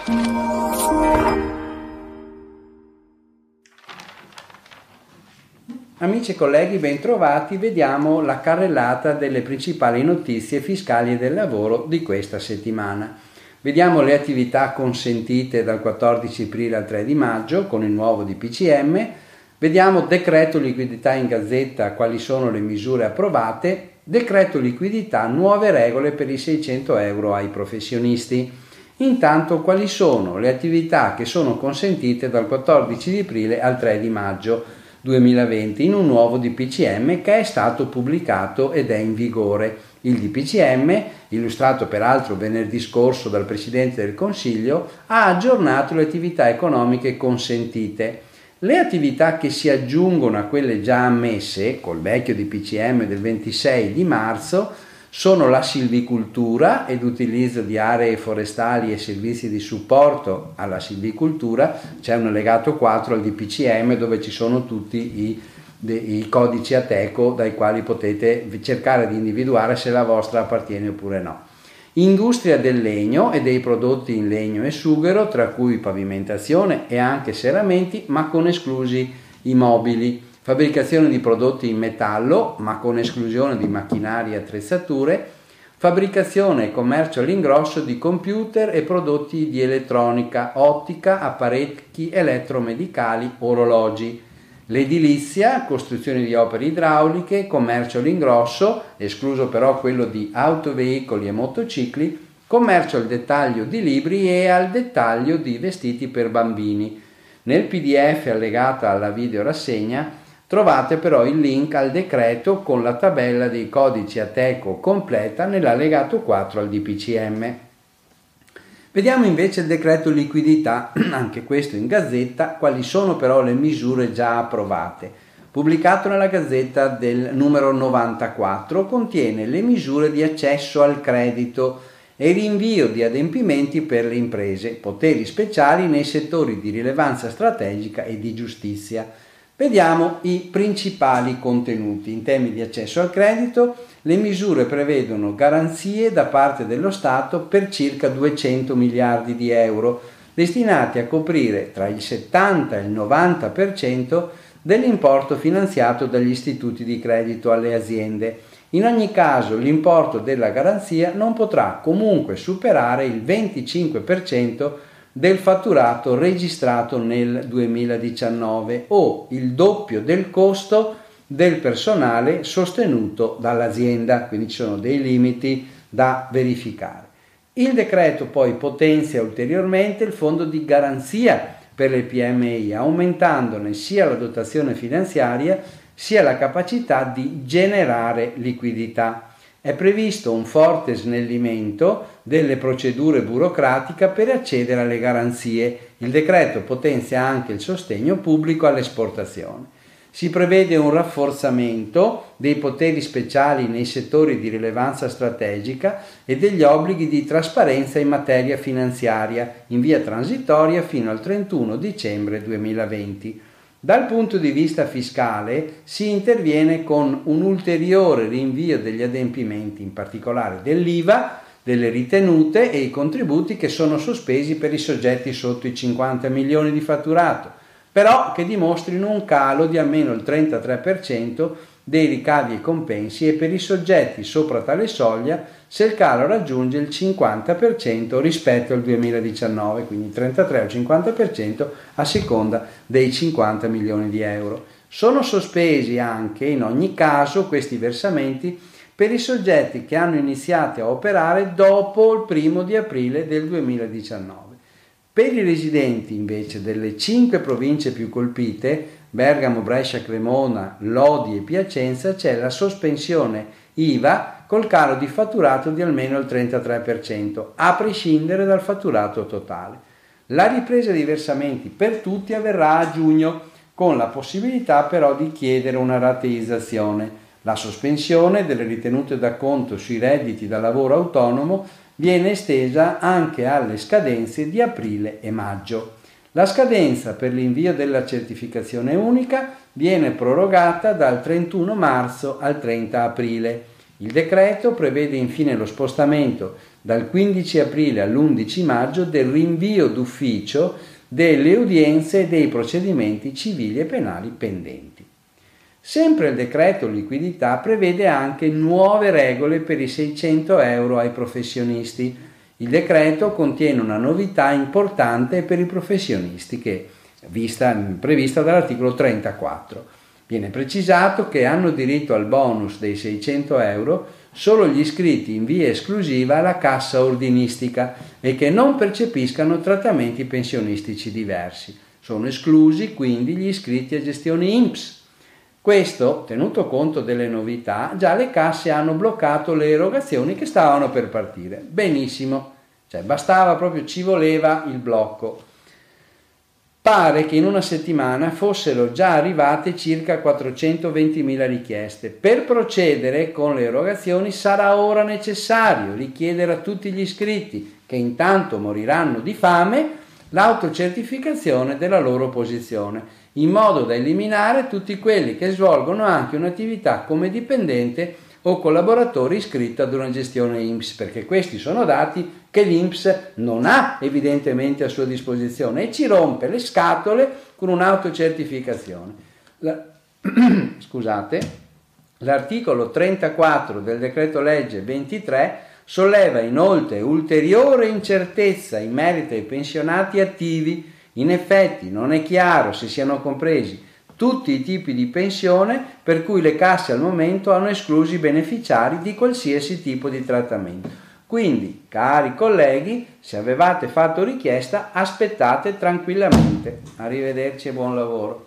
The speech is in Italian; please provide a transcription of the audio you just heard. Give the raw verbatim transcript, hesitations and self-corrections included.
Amici e colleghi, bentrovati. Vediamo la carrellata delle principali notizie fiscali e del lavoro di questa settimana. Vediamo le attività consentite dal quattordici aprile al tre di maggio con il nuovo D P C M. Vediamo decreto liquidità in Gazzetta, quali sono le misure approvate. Decreto liquidità, nuove regole per i seicento euro ai professionisti. Intanto, quali sono le attività che sono consentite dal quattordici di aprile al tre di maggio duemilaventi in un nuovo D P C M che è stato pubblicato ed è in vigore. Il D P C M, illustrato peraltro venerdì scorso dal Presidente del Consiglio, ha aggiornato le attività economiche consentite. Le attività che si aggiungono a quelle già ammesse col vecchio D P C M del ventisei di marzo sono la silvicoltura ed utilizzo di aree forestali e servizi di supporto alla silvicoltura. C'è un allegato quattro al D P C M dove ci sono tutti i, i codici Ateco dai quali potete cercare di individuare se la vostra appartiene oppure no. Industria del legno e dei prodotti in legno e sughero, tra cui pavimentazione e anche serramenti, ma con esclusi i mobili. Fabbricazione di prodotti in metallo, ma con esclusione di macchinari e attrezzature. Fabbricazione e commercio all'ingrosso di computer e prodotti di elettronica, ottica, apparecchi elettromedicali, orologi. L'edilizia, costruzione di opere idrauliche, commercio all'ingrosso, escluso però quello di autoveicoli e motocicli, commercio al dettaglio di libri e al dettaglio di vestiti per bambini. Nel P D F allegata alla videorassegna trovate però il link al decreto con la tabella dei codici Ateco completa nell'allegato quattro al D P C M. Vediamo invece il decreto liquidità, anche questo in Gazzetta, quali sono però le misure già approvate. Pubblicato nella Gazzetta del numero novantaquattro, contiene le misure di accesso al credito e rinvio di adempimenti per le imprese, poteri speciali nei settori di rilevanza strategica e di giustizia. Vediamo i principali contenuti. In temi di accesso al credito, le misure prevedono garanzie da parte dello Stato per circa duecento miliardi di euro, destinati a coprire tra il settanta e il novanta per cento dell'importo finanziato dagli istituti di credito alle aziende. In ogni caso, l'importo della garanzia non potrà comunque superare il venticinque per cento del fatturato registrato nel duemiladiciannove o il doppio del costo del personale sostenuto dall'azienda, quindi ci sono dei limiti da verificare. Il decreto poi potenzia ulteriormente il fondo di garanzia per le P M I, aumentandone sia la dotazione finanziaria sia la capacità di generare liquidità. È previsto un forte snellimento delle procedure burocratiche per accedere alle garanzie. Il decreto potenzia anche il sostegno pubblico all'esportazione. Si prevede un rafforzamento dei poteri speciali nei settori di rilevanza strategica e degli obblighi di trasparenza in materia finanziaria in via transitoria fino al trentuno dicembre duemilaventi. Dal punto di vista fiscale si interviene con un ulteriore rinvio degli adempimenti, in particolare dell'I V A, delle ritenute e i contributi che sono sospesi per i soggetti sotto i cinquanta milioni di fatturato, però che dimostrino un calo di almeno il trentatré per cento dei ricavi e compensi e per i soggetti sopra tale soglia se il calo raggiunge il cinquanta per cento rispetto al duemiladiciannove, quindi trentatré o cinquanta per cento a seconda dei cinquanta milioni di euro. Sono sospesi anche in ogni caso questi versamenti per i soggetti che hanno iniziato a operare dopo il primo di aprile del duemiladiciannove. Per i residenti invece delle cinque province più colpite, Bergamo, Brescia, Cremona, Lodi e Piacenza, c'è la sospensione I V A col calo di fatturato di almeno il trentatré per cento, a prescindere dal fatturato totale. La ripresa dei versamenti per tutti avverrà a giugno, con la possibilità però di chiedere una rateizzazione. La sospensione delle ritenute d'acconto sui redditi da lavoro autonomo viene estesa anche alle scadenze di aprile e maggio. La scadenza per l'invio della certificazione unica viene prorogata dal trentuno marzo al trenta aprile. Il decreto prevede infine lo spostamento dal quindici aprile all'undici maggio del rinvio d'ufficio delle udienze e dei procedimenti civili e penali pendenti. Sempre il decreto liquidità prevede anche nuove regole per i seicento euro ai professionisti. Il decreto contiene una novità importante per i professionisti che vista, prevista dall'articolo trentaquattro. Viene precisato che hanno diritto al bonus dei seicento euro solo gli iscritti in via esclusiva alla cassa ordinistica e che non percepiscano trattamenti pensionistici diversi. Sono esclusi quindi gli iscritti a gestione I N P S. Questo, tenuto conto delle novità, già le casse hanno bloccato le erogazioni che stavano per partire. Benissimo, cioè bastava proprio, ci voleva il blocco. Pare che in una settimana fossero già arrivate circa quattrocentoventimila richieste. Per procedere con le erogazioni sarà ora necessario richiedere a tutti gli iscritti, che intanto moriranno di fame, l'autocertificazione della loro posizione, in modo da eliminare tutti quelli che svolgono anche un'attività come dipendente o collaboratore iscritto ad una gestione I N P S, perché questi sono dati che l'I N P S non ha evidentemente a sua disposizione e ci rompe le scatole con un'autocertificazione. La, scusate, l'articolo trentaquattro del decreto legge ventitré solleva inoltre ulteriore incertezza in merito ai pensionati attivi. In effetti non è chiaro se siano compresi tutti i tipi di pensione per cui le casse al momento hanno esclusi i beneficiari di qualsiasi tipo di trattamento. Quindi, cari colleghi, se avevate fatto richiesta, aspettate tranquillamente. Arrivederci e buon lavoro.